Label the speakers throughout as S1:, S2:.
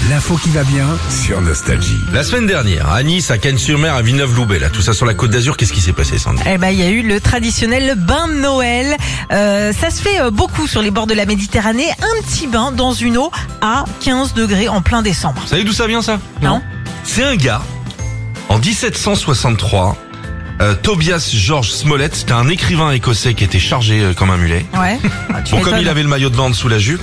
S1: L'info qui va bien sur Nostalgie.
S2: La semaine dernière, à Nice, à Cannes-sur-Mer, à Villeneuve-Loubet, là, tout ça sur la Côte d'Azur, qu'est-ce qui s'est passé, Sandy?
S3: Eh ben, il y a eu le traditionnel bain de Noël. Ça se fait beaucoup sur les bords de la Méditerranée. Un petit bain dans une eau à 15 degrés en plein décembre.
S2: Vous savez d'où ça vient, ça?
S3: Non.
S2: C'est un gars, en 1763, Tobias George Smollett, c'était un écrivain écossais qui était chargé comme un mulet.
S3: Ouais.
S2: Bon, comme il avait le maillot de bain sous la jupe,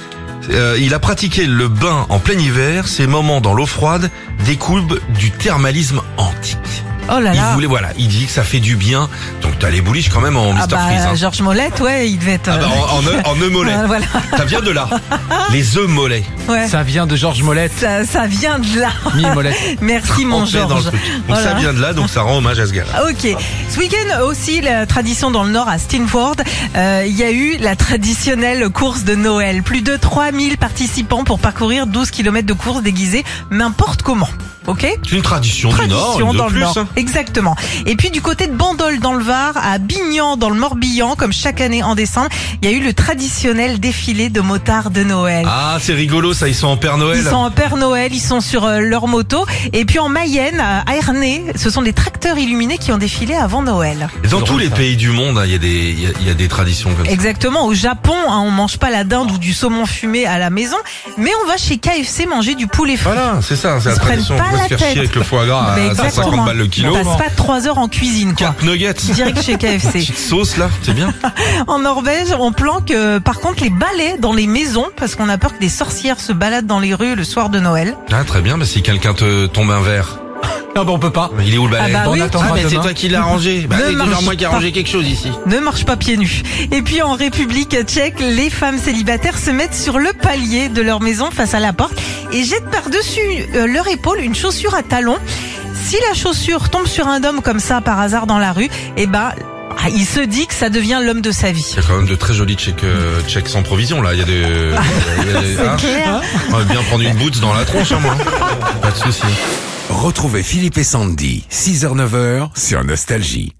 S2: il a pratiqué le bain en plein hiver. Ces moments dans l'eau froide découlent du thermalisme antique.
S3: Oh là là.
S2: Il dit que ça fait du bien. Donc t'as les bouliches quand même en Mr. Freeze. Hein.
S3: Georges Molette, ouais, il devait être...
S2: En œufs mollets.
S3: Voilà.
S2: Ça vient de là. Les œufs mollets.
S3: Ouais.
S4: Ça vient de Georges Molette.
S3: Ça vient de là.
S4: Molette.
S3: Merci mon
S2: Trempé dans le
S3: Georges.
S2: truc. Donc ça vient de là, donc ça rend hommage à ce gars-là.
S3: Ok. Ce week-end aussi, la tradition dans le Nord à Steenford, il y a eu la traditionnelle course de Noël. Plus de 3000 participants pour parcourir 12 km de course déguisée n'importe comment. Ok?
S2: C'est une tradition du Nord, une de
S3: dans le
S2: plus.
S3: Nord. Exactement. Et puis du côté de Bandol dans le Var, à Bignan dans le Morbihan, comme chaque année en décembre, il y a eu le traditionnel défilé de motards de Noël.
S2: Ah, c'est rigolo, ça, ils sont en Père Noël.
S3: Ils sont en Père Noël, ils sont sur leur moto. Et puis en Mayenne, à Ernée, ce sont des tracteurs illuminés qui ont défilé avant Noël.
S2: Et dans tous les pays du monde, il y a des traditions comme ça.
S3: Exactement. Au Japon, on mange pas la dinde ou du saumon fumé à la maison, mais on va chez KFC manger du poulet frit.
S2: Voilà, c'est ça, c'est la
S3: Ils se prennent
S2: tradition.
S3: pas
S2: On va
S3: la
S2: se faire
S3: tête.
S2: chier avec le foie gras
S3: Mais
S2: à 150
S3: exactement.
S2: balles le kilo.
S3: On passe pas 3 heures en cuisine, quoi.
S2: 4 nuggets.
S3: Direct chez KFC.
S2: Petite sauce là, c'est bien.
S3: En Norvège, on planque par contre les balais dans les maisons parce qu'on a peur que des sorcières se baladent dans les rues le soir de Noël.
S2: Ah, très bien, mais si quelqu'un te tombe un verre,
S4: Non, on peut pas.
S2: il est où le balai?
S3: Ah bah oui.
S4: On attendra
S2: mais c'est
S4: demain.
S2: toi qui l'as rangé. Bah,
S3: Ne
S2: c'est
S3: marche
S2: toujours moi qui ai
S3: pas.
S2: rangé quelque chose ici.
S3: Ne marche pas pieds nus. Et puis en République tchèque, les femmes célibataires se mettent sur le palier de leur maison face à la porte et jettent par-dessus leur épaule une chaussure à talons. Si la chaussure tombe sur un homme comme ça par hasard dans la rue, eh ben, il se dit que ça devient l'homme de sa vie.
S2: Il y a quand même de très jolis chèques sans provision là. Il y a des.
S3: C'est clair.
S2: On va bien prendre une boots dans la tronche, hein, moi. Pas de souci.
S1: Retrouvez Philippe et Sandy, 6h-9h sur Nostalgie.